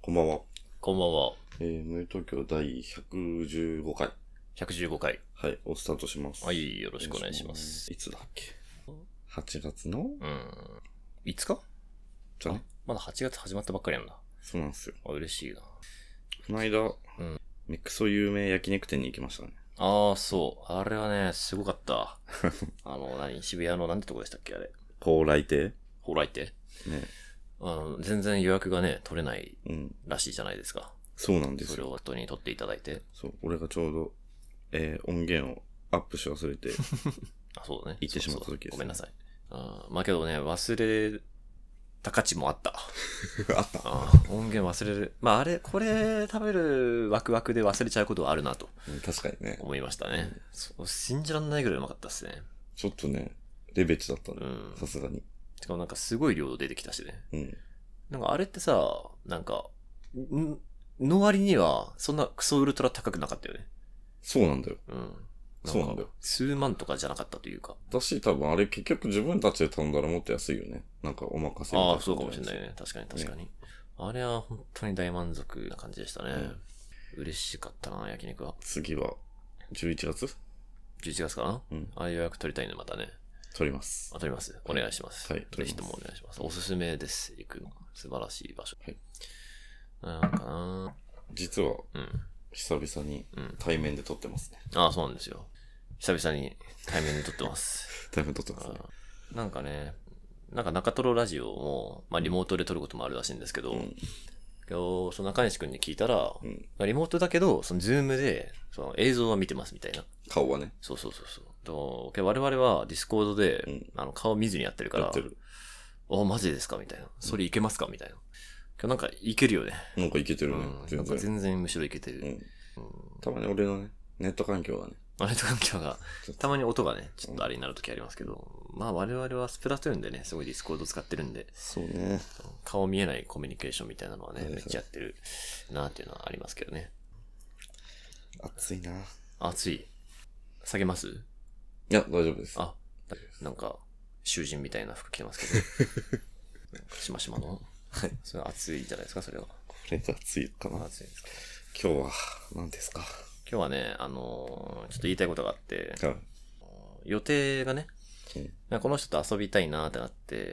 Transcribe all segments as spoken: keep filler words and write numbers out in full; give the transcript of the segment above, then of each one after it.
こんばんは。 こんばんは。 えー、無東京だいひゃくじゅうごかい。 ひゃくじゅうごかい。 はい、をスタートします。 はい、よろしくお願いします。 いつだっけ ?はち 月のうん。いつかじゃね。 まだはちがつ始まったばっかりなんだ。 そうなんですよ。 あ、嬉しいな。 この間、 うん。 めくそ有名焼肉店に行きましたね。 ああ、そう。あれはね、すごかった。あの、何渋谷のなんてとこでしたっけあれ。 高麗亭蓬莱ってね。 あの、全然予約がね、取れないうん。 らしいじゃないですか。 そうなんですそれをよ。 後に取っていただいて。 そう、俺がちょうど、えー、音源をアップし忘れて、 あ、そうだね。 行ってしまったそうそう時ですねごめんなさい。あまあけどね、忘れた価値もあった。 あった。 あ音源忘れる。まああれ、これ食べるワクワクで忘れちゃうことはあるなとうん確かにね。 思いましたね。そう信じらんないぐらいうまかったっすね。 ちょっとね、レベチだったねうん。 さすがに。 しかもなんかすごい量出てきたしね。 うん。 なんかあれってさ、なんか、んの割にはそんなクソウルトラ高くなかったよね。 そうなんだよ。 うん。 そうなんだよ。 数万とかじゃなかったというか。 私多分あれ結局自分たちで頼んだらもっと安いよね。なんかお任せみたいな。 ああ、そうかもしれないね。確かに確かに。ね、あれは本当に大満足な感じでしたね。うん、嬉しかったな、焼肉は。 次は、じゅういちがつ ? じゅういちがつかな。 うん。 ああいう予約取りたいね、またね。 取ります。 あ、取ります。お願いします。 はい、 ぜひともお願いします。おすすめです。行くの。素晴らしい場所。 はい。 なんかな実は、 うん。 久々に対面で撮ってますね。 ああ、そうなんですよ。久々に対面で撮ってます。 対面撮ってますね。 なんかね、なんか中トロラジオも、まあリモートで撮ることもあるらしいんですけど、うん、今日、その中西くんに聞いたら、うん、リモートだけど、そのズームで、その映像は見てますみたいな。 顔はね。 そうそうそうそう。と我々はディスコードで、うん、あの顔見ずにやってるから、やってる。お、マジですかみたいな。それいけますかみたいな。今日なんかいけるよね。 なんかいけてるね。 うん、全然。なんか全然むしろいけてる。うんうん、たまに俺のね、ネット環境がね。 ネット環境が、たまに音がね、ちょっとあれになるときありますけど、うん、まあ我々はスプラトゥーンでね、すごいディスコード使ってるんで、 そうね。 顔見えないコミュニケーションみたいなのはね、めっちゃやってるなっていうのはありますけどね。 暑いな。 暑い。下げます？ いや、大丈夫です。 あ、なんか、囚人みたいな服着てますけど。しましまのはい。それは暑いじゃないですか、それは。 これが暑いかな。 暑いですか。 今日は、何ですか？ 今日はね、あのー、ちょっと言いたいことがあって、 はい、 予定がね、うん、この人と遊びたいなーってなって、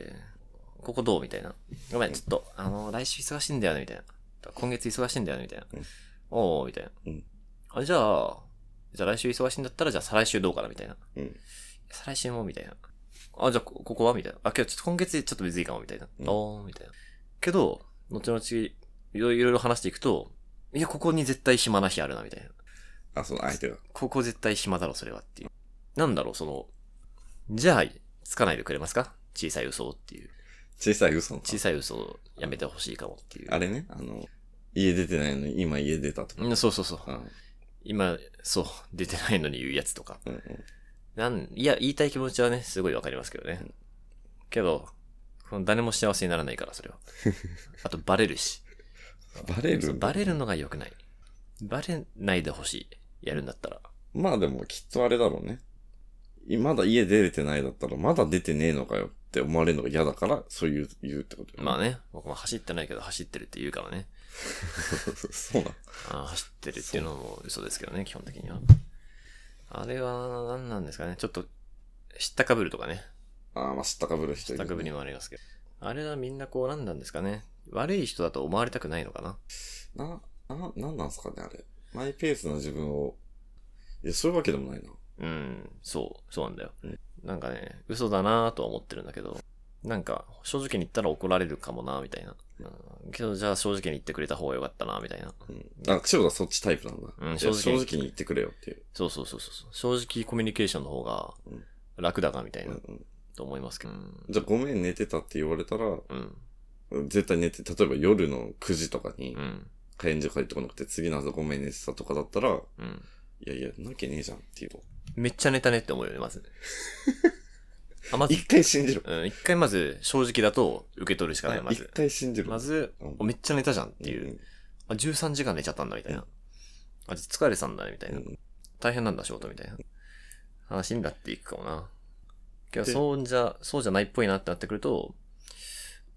ここどうみたいな。ごめん、ちょっと、あのー、来週忙しいんだよね、みたいな。今月忙しいんだよね、みたいな。うん、おー、みたいな。うん、あ、じゃあ、じゃあ来週忙しいんだったら、じゃあ再来週どうかな、みたいな。うん、再来週も、みたいな。あ、じゃあ、ここはみたいな。あ、けどちょっと今月ちょっと別にいいかも、みたいな。うん、おー、みたいな。けど、後々、いろいろ話していくと、いや、ここに絶対暇な日あるな、みたいな。 あ、その相手が。 ここ絶対暇だろ、それはっていう。なんだろう、その、じゃあ、つかないでくれますか？小さい嘘っていう。 小さい嘘の小さい嘘をやめてほしいかもっていう。 あれね、あの、家出てないのに今家出たとか。 うん、そうそうそう。 うん、 今、そう、出てないのに言うやつとか。 うんうん、 なん、いや、言いたい気持ちはね、すごいわかりますけどね。うん、けど、この誰も幸せにならないから、それは。あと、バレるし。 バレるバレるのが良くない。バレないでほしい。やるんだったら。 まあでも、きっとあれだろうね。まだ家出れてないだったら、まだ出てねえのかよって思われるのが嫌だから、そういう、言うってことよね。 まあね。僕も走ってないけど走ってるって言うからね。 そうな。 ああ、走ってるっていうのも嘘ですけどね、基本的には。あれは何なんですかね。ちょっと、知ったかぶるとかね。 ああ、まあ知ったかぶる人いる、ね。 知ったかぶりもありますけど。あれはみんなこう何なんですかね。悪い人だと思われたくないのかな。 な、な、なんなんすかね、あれ。マイペースな自分を。いや、そういうわけでもないな。 うん、そう、そうなんだよ。うん、なんかね、嘘だなぁとは思ってるんだけど、なんか、正直に言ったら怒られるかもなぁみたいな。うん、けど、じゃあ正直に言ってくれた方がよかったなぁみたいな。 うん。あ、塩田そっちタイプなんだ。うん、正直。正直に言ってくれよっていう。 そうそうそうそう。正直コミュニケーションの方が楽だなみたいな。うんうん、と思いますけど。うん、 じゃあごめん寝てたって言われたら、うん、絶対寝て、例えば夜のくじとかに、うん、返事返ってこなくて次の朝ごめん寝てたとかだったら、うん、いやいや、なきゃねえじゃんっていうと。 めっちゃ寝たねって思うよね、まず。 あ、まず。一回信じる。 うん、一回まず正直だと受け取るしかない、まず。 一回信じる。 まず、うん、めっちゃ寝たじゃんっていう。うん、あ、じゅうさんじかん寝ちゃったんだみたいな。うん、あ、疲れてたんだねみたいな。うん、大変なんだ仕事みたいな。話になっていくかもな。けど、そうじゃ、そうじゃないっぽいなってなってくると、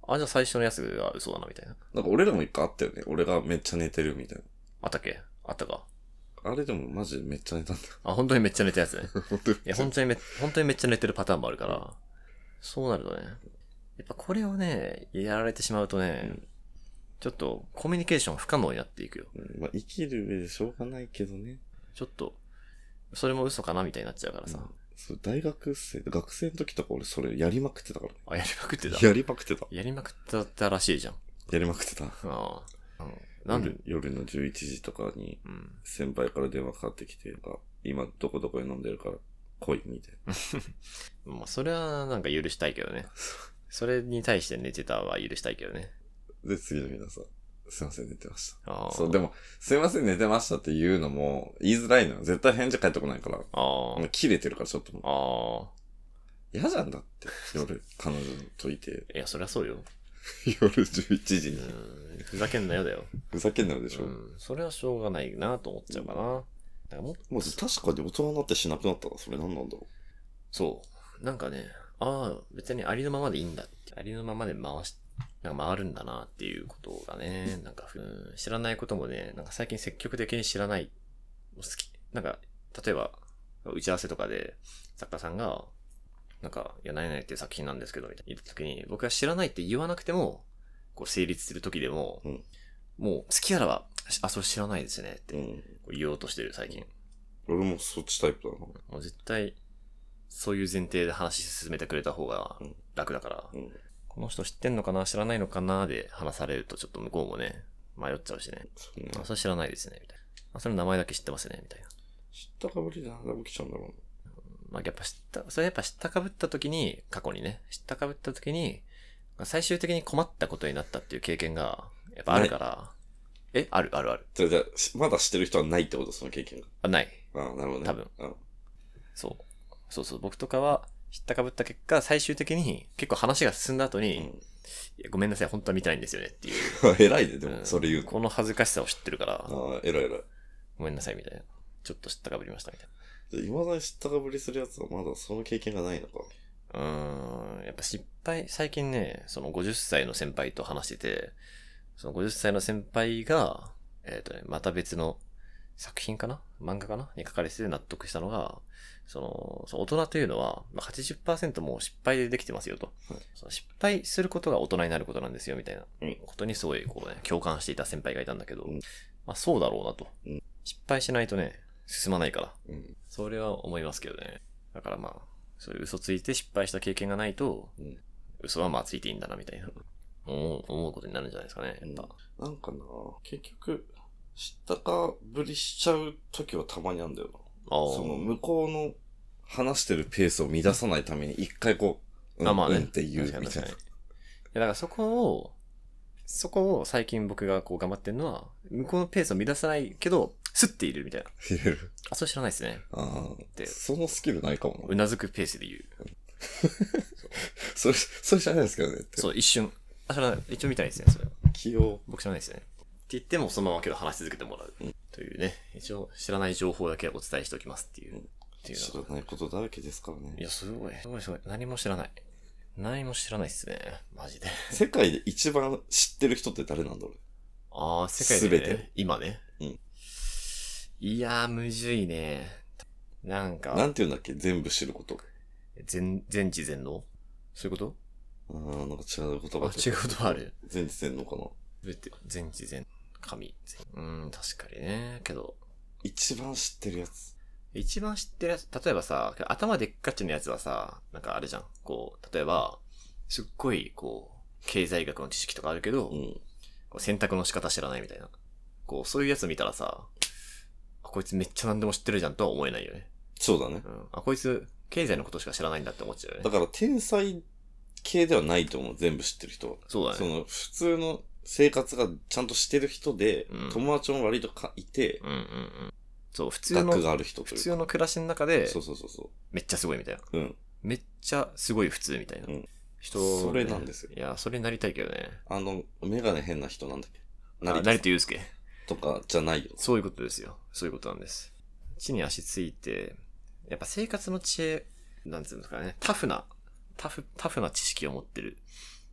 あ、じゃあ最初のやつが嘘だな、みたいな。 なんか俺らも一回あったよね。俺がめっちゃ寝てるみたいな。 あったっけ？あったか。 あれでもマジでめっちゃ寝たんだよ。 あ、本当にめっちゃ寝たやつね。 本当に。 いや、本当にめ、本当にめっちゃ寝てるパターンもあるから、そうなるとね、やっぱこれをね、やられてしまうとね、うん、ちょっとコミュニケーション不可能になっていくよ。 うん、まあ生きる上でしょうがないけどね。 ちょっと、それも嘘かなみたいになっちゃうからさ。うん、 そう大学生、学生の時とか俺それやりまくってたからね。 あ、やりまくってたやりまくってた。 やりまくってたらしいじゃん。 やりまくってた。ああ。うん、なんで夜のじゅういちじとかに、先輩から電話かかってきて、今どこどこで飲んでるから来い、みたいな。まあ、それはなんか許したいけどね。それに対して寝てたは許したいけどね。 で、次の皆さん、すいません、寝てました。そう、でも、すいません、寝てましたって言うのも、言いづらいのよ。絶対返事返ってこないから。ああ。切れてるからちょっと。ああ。嫌じゃんだって、夜、彼女といて。 いや、そりゃそうよ。 夜じゅういちじに。 ふざけんなよだよ。 ふざけんなよでしょ。 うん。それはしょうがないなと思っちゃうかな。だからもまず確かに大人になってしなくなったらそれ何なんだろう。 そう。なんかね、ああ、別にありのままでいいんだって。ありのままで回し、なんか回るんだなっていうことがね、なんか、うん、知らないこともね、なんか最近積極的に知らない。好き。なんか、例えば、打ち合わせとかで、作家さんが、なんか、いや、何々っていう作品なんですけど、みたいな言った時に、僕が知らないって言わなくても、こう成立する時でも、うん、もう好きならば、あ、それ知らないですねって言おうとしてる最近。 うん、俺もそっちタイプだな。 もう絶対、そういう前提で話進めてくれた方が楽だから、うんうん、この人知ってんのかな知らないのかなで話されるとちょっと向こうもね、迷っちゃうしね。そ, ねあそれ知らないですね、みたいな。あ、それ名前だけ知ってますね、みたいな。 知ったかぶりでなんで起きちゃうんだろうな。 まあ、やっぱ知った、それやっぱ知ったかぶった時に、過去にね、知ったかぶった時に、最終的に困ったことになったっていう経験が、やっぱあるから、えあるあるある。 じゃあ、じゃあ、まだ知ってる人はないってことその経験が。 あ、ない。 ああ、なるほどね。 多分。あそう。そうそう。僕とかは、知ったかぶった結果、最終的に結構話が進んだ後に、うん、いやごめんなさい、本当は見たいんですよねっていう。 偉いね、でも、それ言う、 うん、この恥ずかしさを知ってるから。 ああ、偉い偉い。 ごめんなさい、みたいな。ちょっと知ったかぶりました、みたいな。 未だに知ったかぶりするやつはまだその経験がないのか。 うーん。やっぱ失敗、最近ね、そのごじゅっさいの先輩と話してて、そのごじゅっさいの先輩が、えっとね、また別の作品かな漫画かなに書かれてて納得したのが、その、その大人というのは、まあ、はちじゅっパーセント もう失敗でできてますよと、はい。その失敗することが大人になることなんですよ、みたいなことにすごいこうね、共感していた先輩がいたんだけど、うん、まあそうだろうなと、うん。失敗しないとね、進まないから、うん。それは思いますけどね。だからまあ、そういう嘘ついて失敗した経験がないと、うん、嘘はまあついていいんだな、みたいな、思う、思うことになるんじゃないですかね、やっぱ。 うん、なんかな、結局、知ったかぶりしちゃう時はたまにあるんだよな。その向こうの話してるペースを乱さないために一回こう、うん、あまあね、うんって言うみたいな。いやだからそこを、そこを最近僕がこう頑張ってるのは、向こうのペースを乱さないけど、スッて入れるみたいな。 入れる。 あ、それ知らないですね。 ああ。で、そのスキルないかもな。 うなずくペースで言う。 それ、それ知らないですけどねって。 そう、一瞬。あ、知らない。一応見たいですね、それ。 器用。 僕知らないですね。って言ってもそのままけど話し続けてもらう。うん、というね。一応知らない情報だけお伝えしておきますっていう。うんっていう知らないことだらけですからね。 いや、すごい。すごいすごい。何も知らない。何も知らないっすね。マジで。 世界で一番知ってる人って誰なんだろう。 ああ、世界で、ね。 全て。 今ね。 うん。 いやー、むずいね。なんか。 なんて言うんだっけ全部知ること。 全、全知全能そういうことああ、なんか違う言葉。 あ、違う言葉ある。 全知全能かな。 全知全、神。うん、確かにね。けど。 一番知ってるやつ。 一番知ってるやつ、例えばさ、頭でっかちのやつはさ、なんかあれじゃん。こう、例えば、すっごい、こう、経済学の知識とかあるけど、うん、こう選択の仕方知らないみたいな。こう、そういうやつ見たらさ、こいつめっちゃ何でも知ってるじゃんとは思えないよね。 そうだね。 うん。あ、こいつ、経済のことしか知らないんだって思っちゃうよね。 だから、天才系ではないと思う。全部知ってる人は。 そうだね。 その、普通の生活がちゃんとしてる人で、うん、友達も割とかいて、 うんうんうん。そう、普通の、 がある人普通の暮らしの中で、 そうそうそうそう。 めっちゃすごいみたいな。 うん。 めっちゃすごい普通みたいな。うん。人、 ね、それなんですよ。 いや、それになりたいけどね。 あの、メガネ変な人なんだっけ成田悠介。 とかじゃないよ。 そういうことですよ。そういうことなんです。地に足ついて、やっぱ生活の知恵、なんつうんですかね、タフな、タフ、タフな知識を持ってる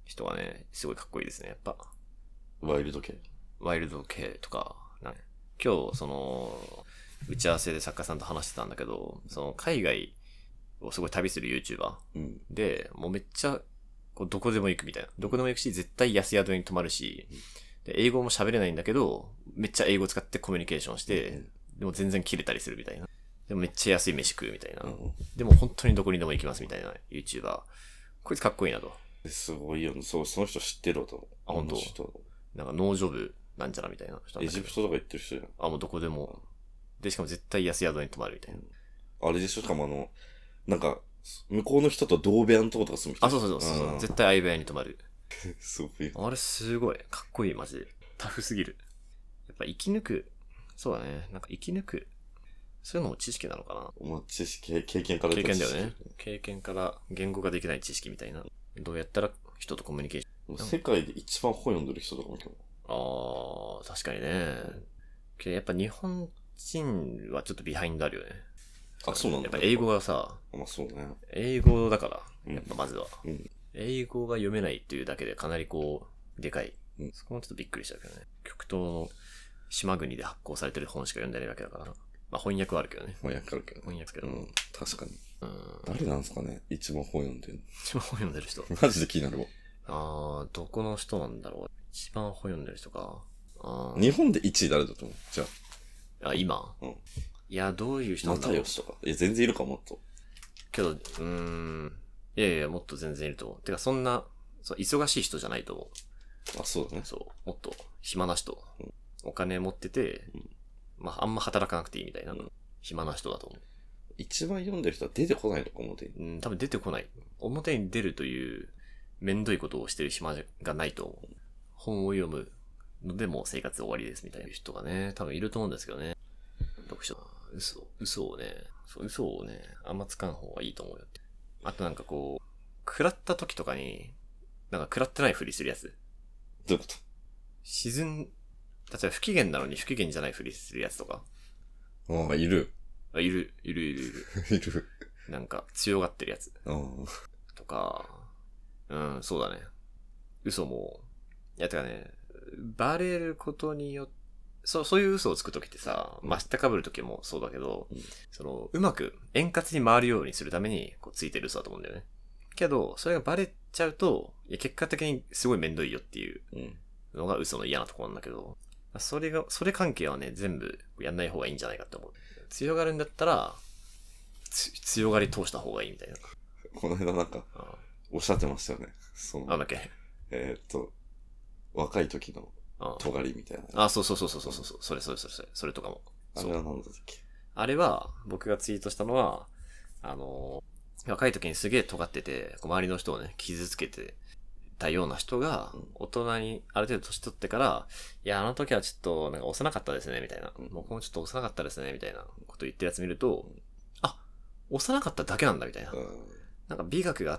人がね、すごいかっこいいですね、やっぱ。 ワイルド系ワイルド系とか、なんか今日、その、打ち合わせで作家さんと話してたんだけど、その海外をすごい旅する YouTuber、うん、で、もうめっちゃ、こうどこでも行くみたいな。どこでも行くし、絶対安宿に泊まるし、で英語も喋れないんだけど、めっちゃ英語使ってコミュニケーションして、うん、でも全然切れたりするみたいな。でもめっちゃ安い飯食うみたいな。うん、でも本当にどこにでも行きますみたいな YouTuber。こいつかっこいいなと。 すごいよね。そう、その人知ってるわと。 あ、本当。なんか農場部なんちゃらみたいな人。エジプトとか行ってる人じゃん。 あ、もうどこでも。で、しかも絶対安宿に泊まるみたいな。 うん、あれでしょしかもあの、なんか、向こうの人と同部屋のとことか住む人。 あ、そうそうそうそう。絶対相部屋に泊まる。 すごい。 あれすごい。かっこいい、マジで。タフすぎる。やっぱ生き抜く。そうだね。なんか生き抜く。そういうのも知識なのかな。 まあ、知識、経験から経験だよね。経験から言語ができない知識みたいな。どうやったら人とコミュニケーション。世界で一番本読んでる人とかもいる。 ああ、確かにね。けどやっぱ日本人はちょっとビハインドあるよね。 あ、そうなんだ。 やっぱ英語がさ、 まあそうね。 英語だから、やっぱまずは。うん、英語が読めないっていうだけでかなりこう、でかい。うん、そこもちょっとびっくりしたけどね。極東の島国で発行されてる本しか読んでないわけだから。まあ翻訳はあるけどね。 翻訳あるけどね。 翻訳けど。 うん、確かに。うん、誰なんですかね一番本読んでる一番本読んでる人。 マジで気になるわ。 ああ、どこの人なんだろう。一番本読んでる人か。 あ日本でいちい誰だと思うじゃあ。あ、今うん。いや、どういう人なんだろう。 又吉とか。いや、全然いるかもっと。 けど、うーん。いやいや、もっと全然いると思う。てか、そんな、そう、忙しい人じゃないと思う。あ、そうだね。 そう。もっと、暇な人。うん、お金持ってて、うん、まあ、あんま働かなくていいみたいな。うん、暇な人だと思う。 一番読んでる人は出てこないのか、表に。 うん、多分出てこない。表に出るという、めんどいことをしてる暇がないと思う。本を読むのでもう生活終わりですみたいな人がね、多分いると思うんですけどね。読書。嘘。嘘をね、そう、嘘をね、あんまつかん方がいいと思うよって。あとなんかこう、食らった時とかに、なんか食らってないふりするやつ。 どういうこと？ 沈ん、例えば不機嫌なのに不機嫌じゃないふりするやつとか。 ああ、いる。 あ、いる、いる、いる、いる。 いる。 なんか強がってるやつ。 ああ。 とか、うん、そうだね。嘘も、いや、てかね、バレることによって、そう、そういう嘘をつくときってさ、まあ、知ったかぶるときもそうだけど、うん、その、うまく円滑に回るようにするために、こう、ついてる嘘だと思うんだよね。けど、それがバレちゃうと、いや、結果的にすごいめんどいよっていうのが嘘の嫌なところなんだけど、それが、それ関係はね、全部やんない方がいいんじゃないかって思う。強がるんだったら、強がり通した方がいいみたいな。 この間なんか、おっしゃってましたよね。その、 なんだっけえー、っと、若い時の、尖りみたいな。あ、そうそうそうそうそうそう。それそれそれそれ。それとかも。 あれは何だったっけ？ あれは、僕がツイートしたのは、あのー、若い時にすげえ尖ってて、周りの人をね、傷つけてたような人が、大人にある程度年取ってから、いや、あの時はちょっと、なんか幼かったですね、みたいな。僕もちょっと幼かったですね、みたいなこと言ってるやつ見ると、あ、幼かっただけなんだ、みたいな。なんか美学があって、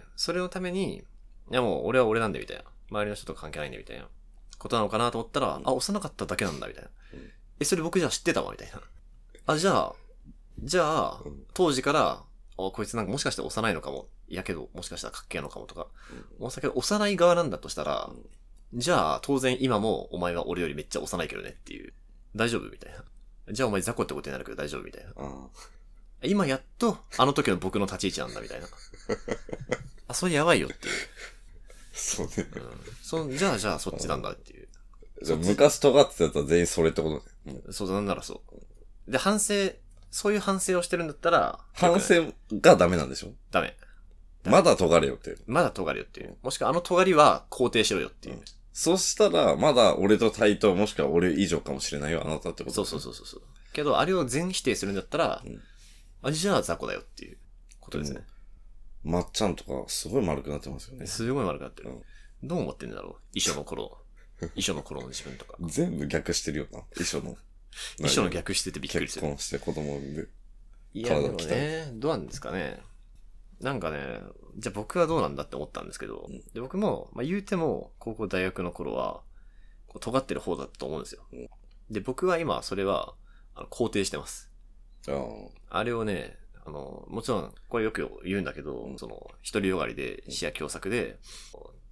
それのために、いやもう俺は俺なんで、みたいな。周りの人と関係ないんで、みたいな。ことなのかなと思ったら、うん、あ、幼かっただけなんだ、みたいな。うん、え、それ僕じゃあ知ってたわ、みたいな。あ、じゃあ、じゃあ、うん、当時から、あ、こいつなんかもしかして幼いのかも。いやけど、もしかしたらかっけえのかもとか。うん、もしかして幼い側なんだとしたら、うん、じゃあ、当然今もお前は俺よりめっちゃ幼いけどねっていう。大丈夫みたいな。じゃあお前雑魚ってことになるけど大丈夫みたいな。今やっと、あの時の僕の立ち位置なんだ、みたいな。あ、それやばいよっていう。 そうね。 うん。そじゃあ、じゃあ、そっちなんだっていう。 じゃあ、昔尖ってたやつは全員それってことね。 うん、そう、なんならそう。で、反省、そういう反省をしてるんだったら、 反省がダメなんでしょ？ ダメ。 まだ尖れよっていう。 まだ尖れよっていう。もしくはあの尖りは肯定しろよっていう。うん、 そしたら、まだ俺と対等、もしくは俺以上かもしれないよ、あなたってこと、ね。 そうそうそうそう。けど、あれを全否定するんだったら、うん、あ、じゃあ雑魚だよっていうことですね。 まっちゃんとか、すごい丸くなってますよね。 すごい丸くなってる。うん、どう思ってんだろう遺書の頃。遺書の頃の自分とか。 全部逆してるよな、遺書の。 遺書の逆しててびっくりする。 結婚して子供産んで。 いや、でもね、どうなんですかね。なんかね、じゃあ僕はどうなんだって思ったんですけど、うん、で僕も、まあ、言うても、高校大学の頃は、こう尖ってる方だったと思うんですよ。うん、で、僕は今、それは、あの肯定してます。 あ, あれをね、あの、もちろん、これよく言うんだけど、うん、その、一人よがりで視野狭窄で、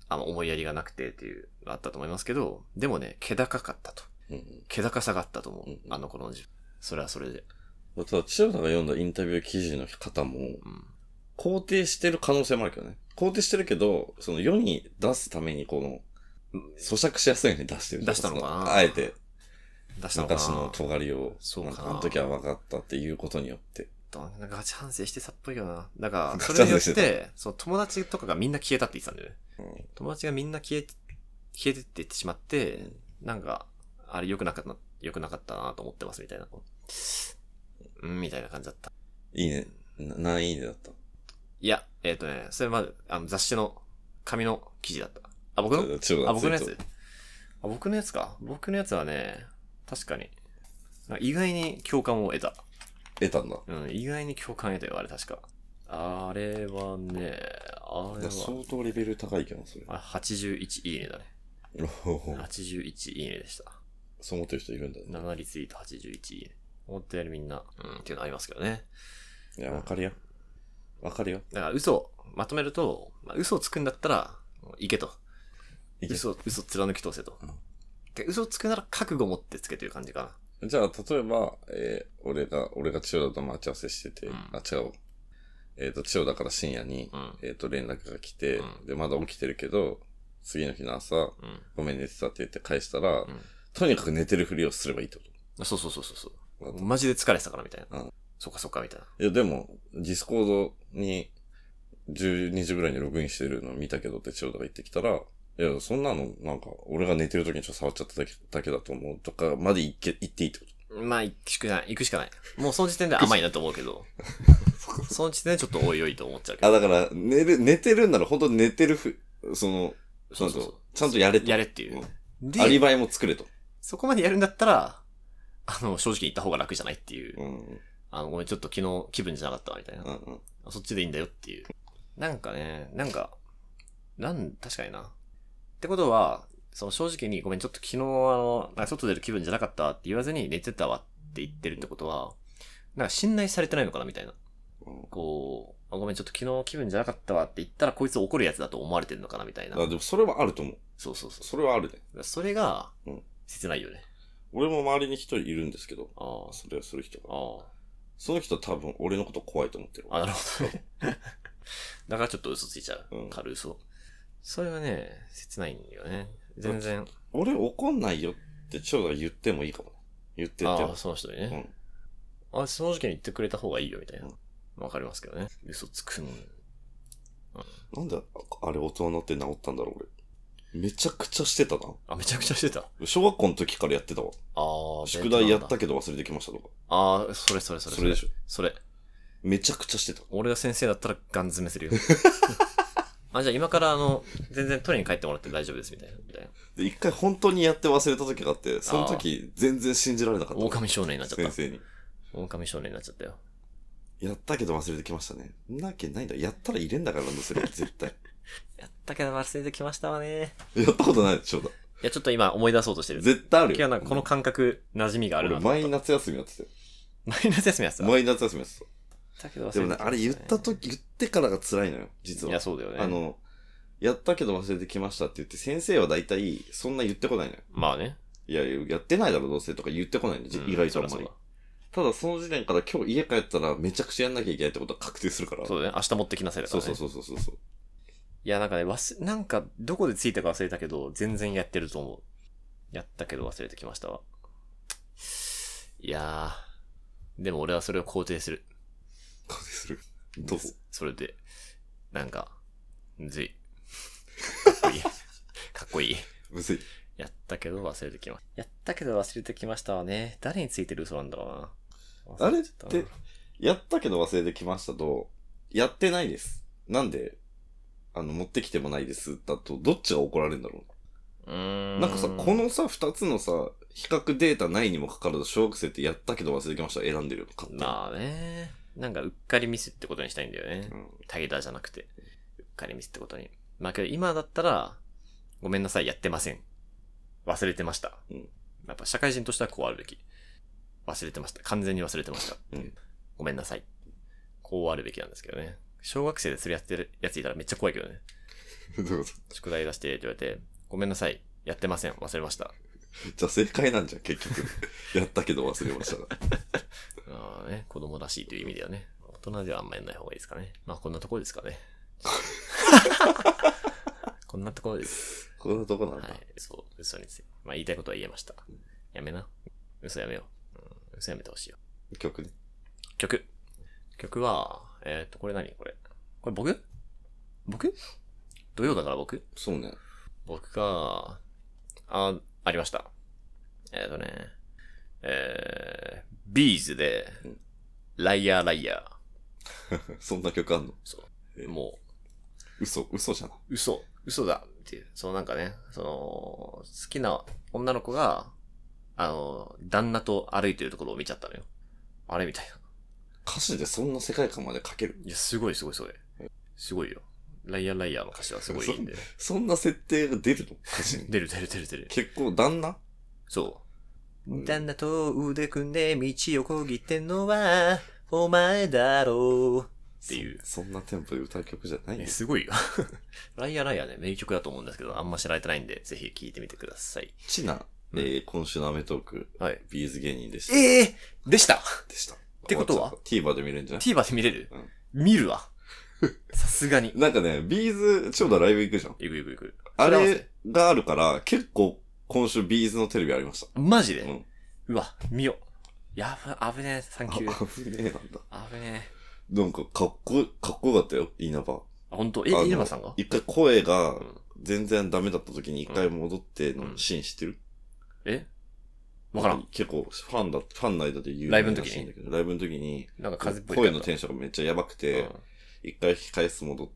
あの、思いやりがなくてっていうのがあったと思いますけど、でもね、気高かったと。 うん、 気高さがあったと思う。 うん、 あの頃の自分。それはそれで。 ただ、千代田が読んだインタビュー記事の方も、うん、肯定してる可能性もあるけどね。肯定してるけど、その世に出すためにこの、咀嚼しやすいように出してる。 出したのかなあえて。 出したのかな昔の尖りを、 そうかな。 なんかあの時は分かったっていうことによって。 なんかガチ反省してさっぽいよな。だから、それによって、そう、友達とかがみんな消えたって言ってたんだよね。うん、友達がみんな消え、消えてって言ってしまって、うん、なんか、あれ良くなかった、良くなかったなと思ってますみたいな。うん、みたいな感じだった。 いいね。な、何いいねだった？ いや、えっ、ー、とね、それまず、あの雑誌の紙の記事だった。あ、僕のあ、僕のやつあ、僕のやつか。僕のやつはね、確かに、意外に共感を得た。 得たんだ。 うん、意外に共感得たよ、あれ確か。あれはね、あれは。 相当レベル高いけど、それ。 あ、はちじゅういちいいねだね。はちじゅういちいいねでした。 そう思ってる人いるんだね。 ななリツイートはちじゅういちいいね。思ったよりみんな、うん、っていうのありますけどね。 いや、わかるよ。わかるよ。 だから嘘、まとめると、まあ、嘘をつくんだったら、行けと。け嘘、嘘貫き通せと。うん、で嘘をつくなら覚悟持ってつけという感じかな。じゃあ、例えば、えー、俺が、俺が千代田と待ち合わせしてて、うん、あ、違う。えっ、ー、と、千代田から深夜に、うん、えっ、ー、と、連絡が来て、うん、で、まだ起きてるけど、次の日の朝、うん、ごめん寝てたって言って返したら、うん、とにかく寝てるふりをすればいいってこと。そうそうそうそうそう。マジで疲れてたからみたいな。うん、そっかそっかみたいな。 いや、でも、ディスコードにじゅうにじぐらいにログインしてるのを見たけどって千代田が言ってきたら、いや、そんなの、なんか、俺が寝てる時にちょっと触っちゃっただけだけだと思うとか、まで言って、言っていいってこと？まあ、行くしかない。行くしかない。もうその時点で甘いなと思うけど。その時点でちょっとおいおいと思っちゃうけど。 あ、だから、寝る、寝てるんなら本当に寝てるふ、その、そうそうそう。ちゃんとやれと。 やれっていう。 で、アリバイも作れと。 そこまでやるんだったら、あの、正直言った方が楽じゃないっていう。うん、あの、ごめん、ちょっと昨日気分じゃなかったわ、みたいな、うんうん。そっちでいいんだよっていう。なんかね、なんか、なん、確かにな。ってことは、その正直に、ごめん、ちょっと昨日あの、なんか外出る気分じゃなかったって言わずに寝てたわって言ってるってことは、なんか信頼されてないのかなみたいな。こう、あごめん、ちょっと昨日気分じゃなかったわって言ったらこいつ怒るやつだと思われてるのかなみたいな。 あ、でもそれはあると思う。 そうそうそう。 それはあるね。 それが、切ないよね。 うん、俺も周りに一人いるんですけど、あそれをする人が。あその人多分俺のこと怖いと思ってる。 あ、なるほどね。だからちょっと嘘ついちゃう。うん、軽嘘。それはね、切ないんだよね。全然。 俺怒んないよってちょうど言ってもいいかも。言ってって。 ああ、その人にね。うん。あ、その時に言ってくれた方がいいよみたいな。わ、うん、かりますけどね。嘘つくの。うん、 なんであれ大人になって治ったんだろう俺。めちゃくちゃしてたな。 あ、めちゃくちゃしてた。 小学校の時からやってたわ。ああ。宿題やったけど忘れてきましたとか。 ああ、それそれそれ。 それでしょ。 それ。 めちゃくちゃしてた。 俺が先生だったらガン詰めするよ。あ、じゃあ今からあの、全然取りに帰ってもらって大丈夫ですみたいな。みたいなで、一回本当にやって忘れた時があって、その時全然信じられなかった。 狼少年になっちゃった。 先生に。 狼少年になっちゃったよ。 やったけど忘れてきましたね。んなわけないんだ。やったら入れんだからなんだ、それ。絶対。 やったけど忘れてきましたわね。 やったことないでしょうだ。いや、ちょっと今思い出そうとしてる。 絶対あるよ。 いや、なんかこの感覚、馴染みがあるな。 俺、毎夏休みやってたよ。 毎夏休みやってた毎夏休みやってた。 だけど忘れてきましたね。 でもね、あれ言った時、言ってからが辛いのよ、実は。 いや、そうだよね。 あの、やったけど忘れてきましたって言って、先生は大体、そんな言ってこないのよ。 まあね。 いや、やってないだろ、どうせとか言ってこないの、うん、意外とあんまり。ただ、その時点から今日家帰ったらめちゃくちゃやんなきゃいけないってことは確定するから。 そうだね。明日持ってきなさいだからね。 そうそうそうそうそう。 いや、なんかね、忘れ、なんか、どこでついたか忘れたけど、全然やってると思う。やったけど忘れてきましたわ。いやー。でも俺はそれを肯定する。 肯定するどうぞ。 それで、なんか、むずい。かっこいい。かっこいい。 むずい。 やったけど忘れてきました。やったけど忘れてきましたわね。誰についてる嘘なんだろうな。あれって、やったけど忘れてきましたと、やってないです。なんで、あの、持ってきてもないです。だと、どっちが怒られるんだろうな。うーん。なんかさ、このさ、二つのさ、比較データないにもかかわらず、小学生ってやったけど忘れてきました選んでるよ。勝手に。 まあね。なんか、うっかりミスってことにしたいんだよね。うん。タイダーじゃなくて。うっかりミスってことに。まあけど、今だったら、ごめんなさい、やってません。忘れてました。うん。やっぱ社会人としてはこうあるべき。忘れてました。完全に忘れてました。うん。ごめんなさい。こうあるべきなんですけどね。小学生でそれやってるやついたらめっちゃ怖いけどね。 どういうこと？ 宿題出してって言われて、ごめんなさい。やってません。忘れました。 じゃあ正解なんじゃん、結局。やったけど忘れましたが。 ああね、子供らしいという意味ではね。大人ではあんまやんない方がいいですかね。まあこんなところですかね。こんなところです。 こんなとこなんだ。 はい。そう、嘘について。まあ言いたいことは言えました。やめな。嘘やめよう。うん、嘘やめてほしいよ。 曲ね。 曲。曲は、えっと、これ何これ。これ僕僕土曜だから僕そうね。 僕が、あ、ありました。えっ、ー、とね、えー、ビーズで、うん、ライヤーライヤー。そんな曲あんの？ そう。もう、嘘、嘘じゃない？ 嘘、嘘だっていう。そうなんかね、その、好きな女の子が、あの、旦那と歩いてるところを見ちゃったのよ。あれみたいな。 歌詞でそんな世界観まで書ける？ いや、すごいすごいすごい。すごいよ。ライヤーライヤーの歌詞はすごいいいんで。 そ, そんな設定が出るの？歌詞に。 出る出る出る出る。 結構旦那？ そう。うん、旦那と腕組んで道をこぎってんのは、お前だろう。っていう。 そ, そんなテンポで歌う曲じゃないよ。 すごいよ。ライヤーライヤーね、名曲だと思うんですけど、あんま知られてないんで、ぜひ聴いてみてください。 ちな、うん、えー、今週のアメトーク、はい、ビーズ芸人でした。 ええー、でしたでした。 ってことは ?TVer で見れるんじゃない？ ?TVer で見れる、うん、見るわ。さすがに。 なんかね、ビーズ、ちょうどライブ行くじゃん。 行く行く行く。 あれがあるから、結構今週ビーズのテレビありました。 マジで？ うん。 うわ、見よ。やば、危ねえ、サンキュー。危ねえなんだ。 危ねえ。なんか、かっこ、かっこよかったよ、稲葉。 あ、ほんと？え、稲葉さんが？ 一回声が全然ダメだった時に一回戻ってのシーン知ってる？ うん、えわからん。 結構、ファンだ、ファンの間で言うライブの時にライブの時に、 なんか風っぽい声のテンションがめっちゃやばくて、一、うん、回控室戻って、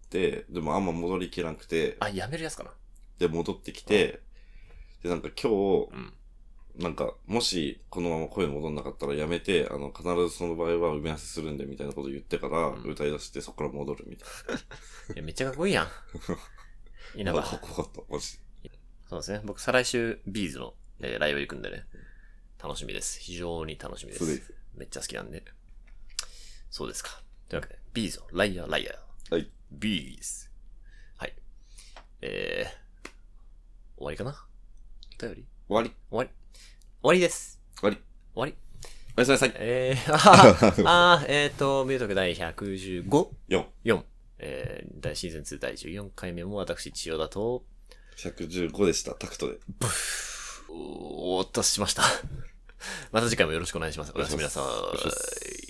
でもあんま戻りきらなくて、 あ、やめるやつかな。 で、戻ってきて、うん、で、なんか今日、 うん、なんか、もし、このまま声戻んなかったらやめて、あの、必ずその場合は埋め合わせするんで、みたいなこと言ってから、歌い出して、そこから戻るみたいな。 いや、めっちゃかっこいいやん。稲葉。 かっこよかった、マジで。 そうですね。僕、再来週、ビーズの、えー、ライブ行くんでね。楽しみです。非常に楽しみです。です。めっちゃ好きなんで。そうですか。というわけで、ビーズのライヤーライヤー。 はい。 ビーズ。はい。えー、終わりかな？お便り？ 終わり。 終わり。終わりです。 終わり。 終わり。 おやすみなさい。 えー、あー、えーと、ミュートク第ひゃくじゅうご。 よん。 よん。えー、大シーズンツーだいじゅうよんかいめも私、千代田と、 ひゃくじゅうごでした、タクトで。 ブー、おーっとしました。また次回もよろしくお願いします。おやすみなさい。